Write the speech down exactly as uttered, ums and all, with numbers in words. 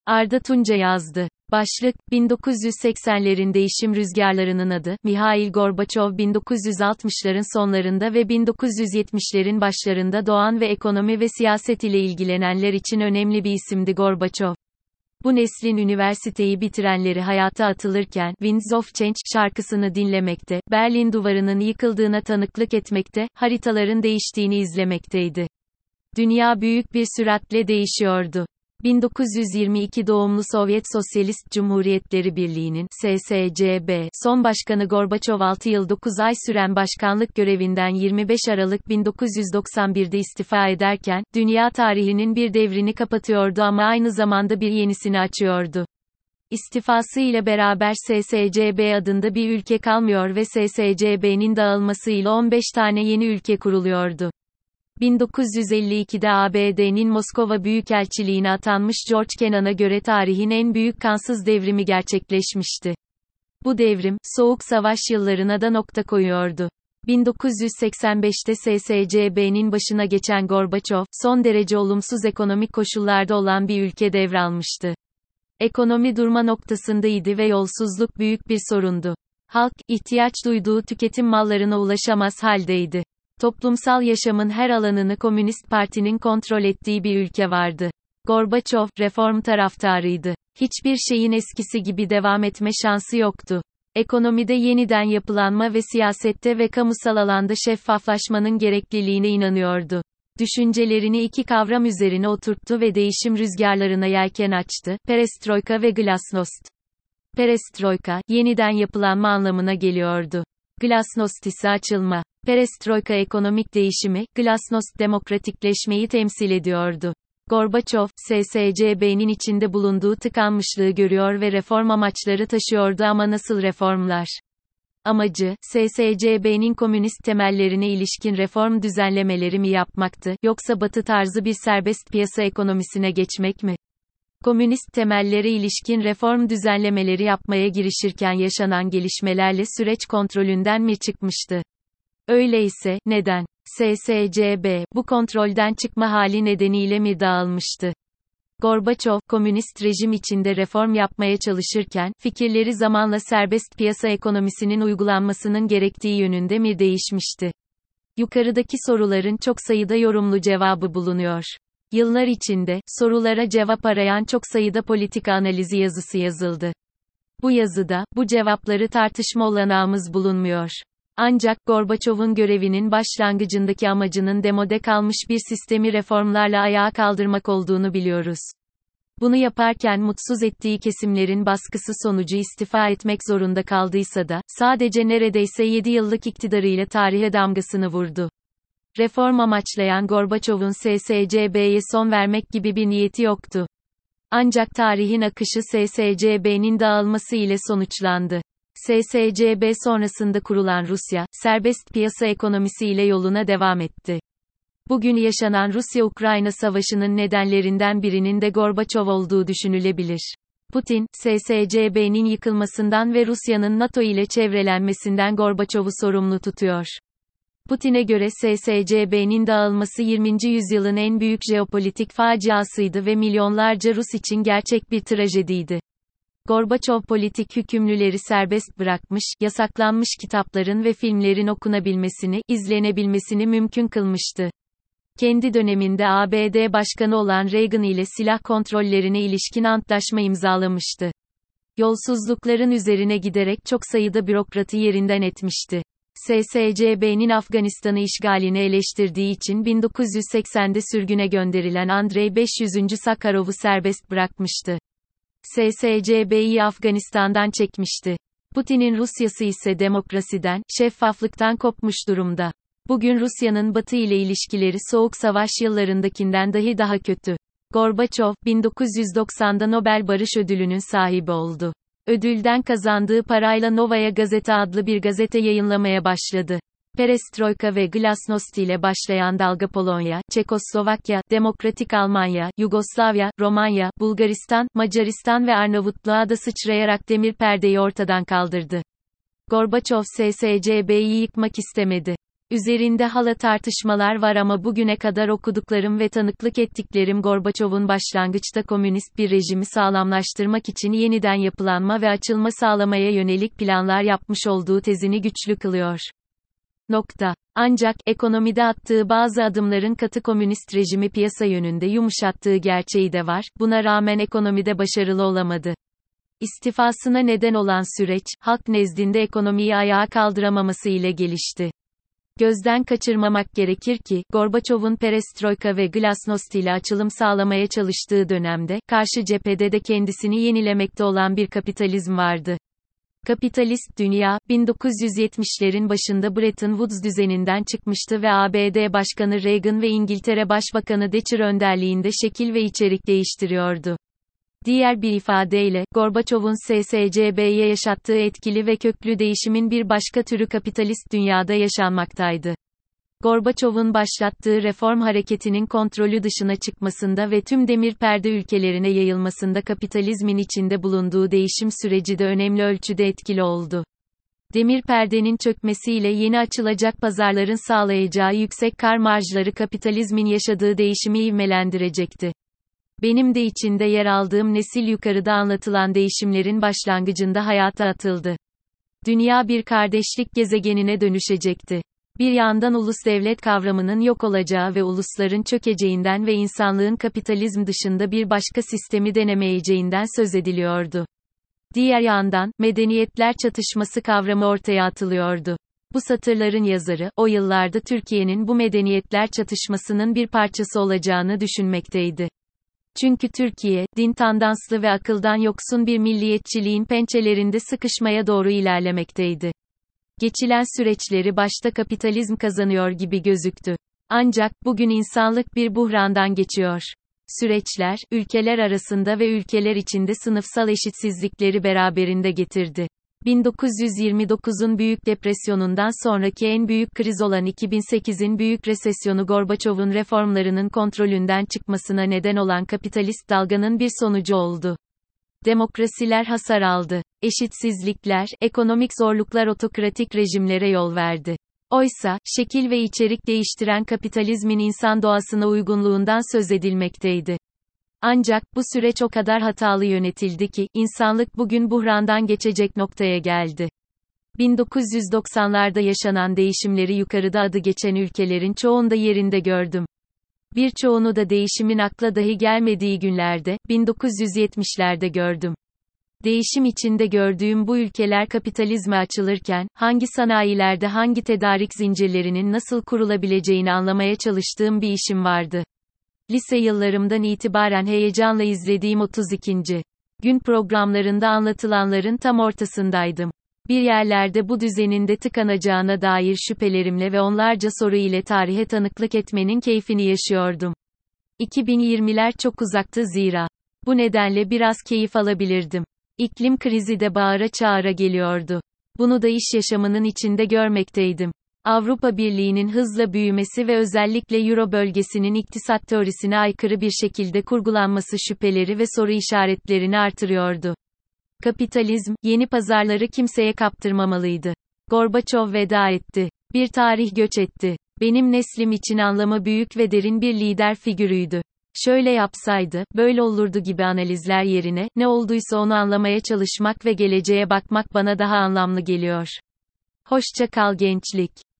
Arda Tunca yazdı. Başlık, bin dokuz yüz seksenlerin değişim rüzgarlarının adı, Mihail Gorbaçov bin dokuz yüz altmışların sonlarında ve bin dokuz yüz yetmişlerin başlarında doğan ve ekonomi ve siyaset ile ilgilenenler için önemli bir isimdi Gorbaçov. Bu neslin üniversiteyi bitirenleri hayata atılırken, Winds of Change şarkısını dinlemekte, Berlin Duvarı'nın yıkıldığına tanıklık etmekte, haritaların değiştiğini izlemekteydi. Dünya büyük bir süratle değişiyordu. bin dokuz yüz yirmi iki doğumlu Sovyet Sosyalist Cumhuriyetleri Birliği'nin S S C B son başkanı Gorbaçov altı yıl dokuz ay süren başkanlık görevinden yirmi beş Aralık bin dokuz yüz doksan birde istifa ederken, dünya tarihinin bir devrini kapatıyordu ama aynı zamanda bir yenisini açıyordu. İstifası ile beraber S S C B adında bir ülke kalmıyor ve S S C B'nin dağılmasıyla on beş tane yeni ülke kuruluyordu. bin dokuz yüz elli ikide A B D'nin Moskova Büyükelçiliğine atanmış George Kennan'a göre tarihin en büyük kansız devrimi gerçekleşmişti. Bu devrim, Soğuk Savaş yıllarına da nokta koyuyordu. bin dokuz yüz seksen beşte S S C B'nin başına geçen Gorbaçov, son derece olumsuz ekonomik koşullarda olan bir ülke devralmıştı. Ekonomi durma noktasındaydı ve yolsuzluk büyük bir sorundu. Halk, ihtiyaç duyduğu tüketim mallarına ulaşamaz haldeydi. Toplumsal yaşamın her alanını Komünist Parti'nin kontrol ettiği bir ülke vardı. Gorbaçov, reform taraftarıydı. Hiçbir şeyin eskisi gibi devam etme şansı yoktu. Ekonomide yeniden yapılanma ve siyasette ve kamusal alanda şeffaflaşmanın gerekliliğine inanıyordu. Düşüncelerini iki kavram üzerine oturttu ve değişim rüzgarlarına yelken açtı: Perestroika ve Glasnost. Perestroika, yeniden yapılanma anlamına geliyordu. Glasnost ise açılma. Perestroika ekonomik değişimi, Glasnost demokratikleşmeyi temsil ediyordu. Gorbaçov, S S C B'nin içinde bulunduğu tıkanmışlığı görüyor ve reform amaçları taşıyordu ama nasıl reformlar? Amacı, S S C B'nin komünist temellerine ilişkin reform düzenlemeleri mi yapmaktı, yoksa Batı tarzı bir serbest piyasa ekonomisine geçmek mi? Komünist temellere ilişkin reform düzenlemeleri yapmaya girişirken yaşanan gelişmelerle süreç kontrolünden mi çıkmıştı? Öyleyse, neden? S S C B, bu kontrolden çıkma hali nedeniyle mi dağılmıştı? Gorbaçov, komünist rejim içinde reform yapmaya çalışırken, fikirleri zamanla serbest piyasa ekonomisinin uygulanmasının gerektiği yönünde mi değişmişti? Yukarıdaki soruların çok sayıda yorumlu cevabı bulunuyor. Yıllar içinde, sorulara cevap arayan çok sayıda politika analizi yazısı yazıldı. Bu yazıda, bu cevapları tartışma olanağımız bulunmuyor. Ancak, Gorbaçov'un görevinin başlangıcındaki amacının demode kalmış bir sistemi reformlarla ayağa kaldırmak olduğunu biliyoruz. Bunu yaparken mutsuz ettiği kesimlerin baskısı sonucu istifa etmek zorunda kaldıysa da, sadece neredeyse yedi yıllık iktidarıyla tarihe damgasını vurdu. Reform amaçlayan Gorbaçov'un S S C B'ye son vermek gibi bir niyeti yoktu. Ancak tarihin akışı S S C B'nin dağılması ile sonuçlandı. S S C B sonrasında kurulan Rusya, serbest piyasa ekonomisi ile yoluna devam etti. Bugün yaşanan Rusya-Ukrayna savaşının nedenlerinden birinin de Gorbaçov olduğu düşünülebilir. Putin, S S C B'nin yıkılmasından ve Rusya'nın NATO ile çevrelenmesinden Gorbaçov'u sorumlu tutuyor. Putin'e göre S S C B'nin dağılması yirminci yüzyılın en büyük jeopolitik faciasıydı ve milyonlarca Rus için gerçek bir trajediydi. Gorbaçov politik hükümlüleri serbest bırakmış, yasaklanmış kitapların ve filmlerin okunabilmesini, izlenebilmesini mümkün kılmıştı. Kendi döneminde A B D Başkanı olan Reagan ile silah kontrollerine ilişkin antlaşma imzalamıştı. Yolsuzlukların üzerine giderek çok sayıda bürokratı yerinden etmişti. S S C B'nin Afganistan'ı işgalini eleştirdiği için bin dokuz yüz seksende sürgüne gönderilen Andrei beş yüzüncü Sakarov'u serbest bırakmıştı. S S C B'yi Afganistan'dan çekmişti. Putin'in Rusyası ise demokrasiden, şeffaflıktan kopmuş durumda. Bugün Rusya'nın Batı ile ilişkileri Soğuk Savaş yıllarındakinden dahi daha kötü. Gorbaçov, bin dokuz yüz doksanda Nobel Barış Ödülü'nün sahibi oldu. Ödülden kazandığı parayla Novaya Gazeta adlı bir gazete yayınlamaya başladı. Perestroika ve Glasnost ile başlayan dalga Polonya, Çekoslovakya, Demokratik Almanya, Yugoslavya, Romanya, Bulgaristan, Macaristan ve Arnavutluğa da sıçrayarak demir perdeyi ortadan kaldırdı. Gorbaçov S S C B'yi yıkmak istemedi. Üzerinde hala tartışmalar var ama bugüne kadar okuduklarım ve tanıklık ettiklerim Gorbaçov'un başlangıçta komünist bir rejimi sağlamlaştırmak için yeniden yapılanma ve açılma sağlamaya yönelik planlar yapmış olduğu tezini güçlü kılıyor. Nokta. Ancak, ekonomide attığı bazı adımların katı komünist rejimi piyasa yönünde yumuşattığı gerçeği de var, buna rağmen ekonomide başarılı olamadı. İstifasına neden olan süreç, halk nezdinde ekonomiyi ayağa kaldıramaması ile gelişti. Gözden kaçırmamak gerekir ki, Gorbaçov'un perestroika ve glasnost ile açılım sağlamaya çalıştığı dönemde, karşı cephede de kendisini yenilemekte olan bir kapitalizm vardı. Kapitalist dünya, bin dokuz yüz yetmişlerin başında Bretton Woods düzeninden çıkmıştı ve A B D Başkanı Reagan ve İngiltere Başbakanı Thatcher önderliğinde şekil ve içerik değiştiriyordu. Diğer bir ifadeyle, Gorbaçov'un S S C B'ye yaşattığı etkili ve köklü değişimin bir başka türü kapitalist dünyada yaşanmaktaydı. Gorbaçov'un başlattığı reform hareketinin kontrolü dışına çıkmasında ve tüm demir perde ülkelerine yayılmasında kapitalizmin içinde bulunduğu değişim süreci de önemli ölçüde etkili oldu. Demir perdenin çökmesiyle yeni açılacak pazarların sağlayacağı yüksek kar marjları kapitalizmin yaşadığı değişimi ivmelendirecekti. Benim de içinde yer aldığım nesil yukarıda anlatılan değişimlerin başlangıcında hayata atıldı. Dünya bir kardeşlik gezegenine dönüşecekti. Bir yandan ulus devlet kavramının yok olacağı ve ulusların çökeceğinden ve insanlığın kapitalizm dışında bir başka sistemi denemeyeceğinden söz ediliyordu. Diğer yandan, medeniyetler çatışması kavramı ortaya atılıyordu. Bu satırların yazarı, o yıllarda Türkiye'nin bu medeniyetler çatışmasının bir parçası olacağını düşünmekteydi. Çünkü Türkiye, din tandanslı ve akıldan yoksun bir milliyetçiliğin pençelerinde sıkışmaya doğru ilerlemekteydi. Geçilen süreçleri başta kapitalizm kazanıyor gibi gözüktü. Ancak, bugün insanlık bir buhrandan geçiyor. Süreçler, ülkeler arasında ve ülkeler içinde sınıfsal eşitsizlikleri beraberinde getirdi. bin dokuz yüz yirmi dokuzun Büyük Depresyonundan sonraki en büyük kriz olan iki bin sekizin Büyük Resesyonu Gorbaçov'un reformlarının kontrolünden çıkmasına neden olan kapitalist dalganın bir sonucu oldu. Demokrasiler hasar aldı. Eşitsizlikler, ekonomik zorluklar otokratik rejimlere yol verdi. Oysa, şekil ve içerik değiştiren kapitalizmin insan doğasına uygunluğundan söz edilmekteydi. Ancak, bu süreç o kadar hatalı yönetildi ki, insanlık bugün buhrandan geçecek noktaya geldi. bin dokuz yüz doksanlarda yaşanan değişimleri yukarıda adı geçen ülkelerin çoğunda yerinde gördüm. Birçoğunu da değişimin akla dahi gelmediği günlerde, bin dokuz yüz yetmişlerde gördüm. Değişim içinde gördüğüm bu ülkeler kapitalizme açılırken, hangi sanayilerde hangi tedarik zincirlerinin nasıl kurulabileceğini anlamaya çalıştığım bir işim vardı. Lise yıllarımdan itibaren heyecanla izlediğim otuz ikinci gün programlarında anlatılanların tam ortasındaydım. Bir yerlerde bu düzenin de tıkanacağına dair şüphelerimle ve onlarca soru ile tarihe tanıklık etmenin keyfini yaşıyordum. iki bin yirmiler çok uzaktı zira. Bu nedenle biraz keyif alabilirdim. İklim krizi de bağıra çağıra geliyordu. Bunu da iş yaşamının içinde görmekteydim. Avrupa Birliği'nin hızla büyümesi ve özellikle Euro bölgesinin iktisat teorisine aykırı bir şekilde kurgulanması şüpheleri ve soru işaretlerini artırıyordu. Kapitalizm, yeni pazarları kimseye kaptırmamalıydı. Gorbaçov veda etti. Bir tarih göç etti. Benim neslim için anlamı büyük ve derin bir lider figürüydü. Şöyle yapsaydı, böyle olurdu gibi analizler yerine, ne olduysa onu anlamaya çalışmak ve geleceğe bakmak bana daha anlamlı geliyor. Hoşça kal gençlik.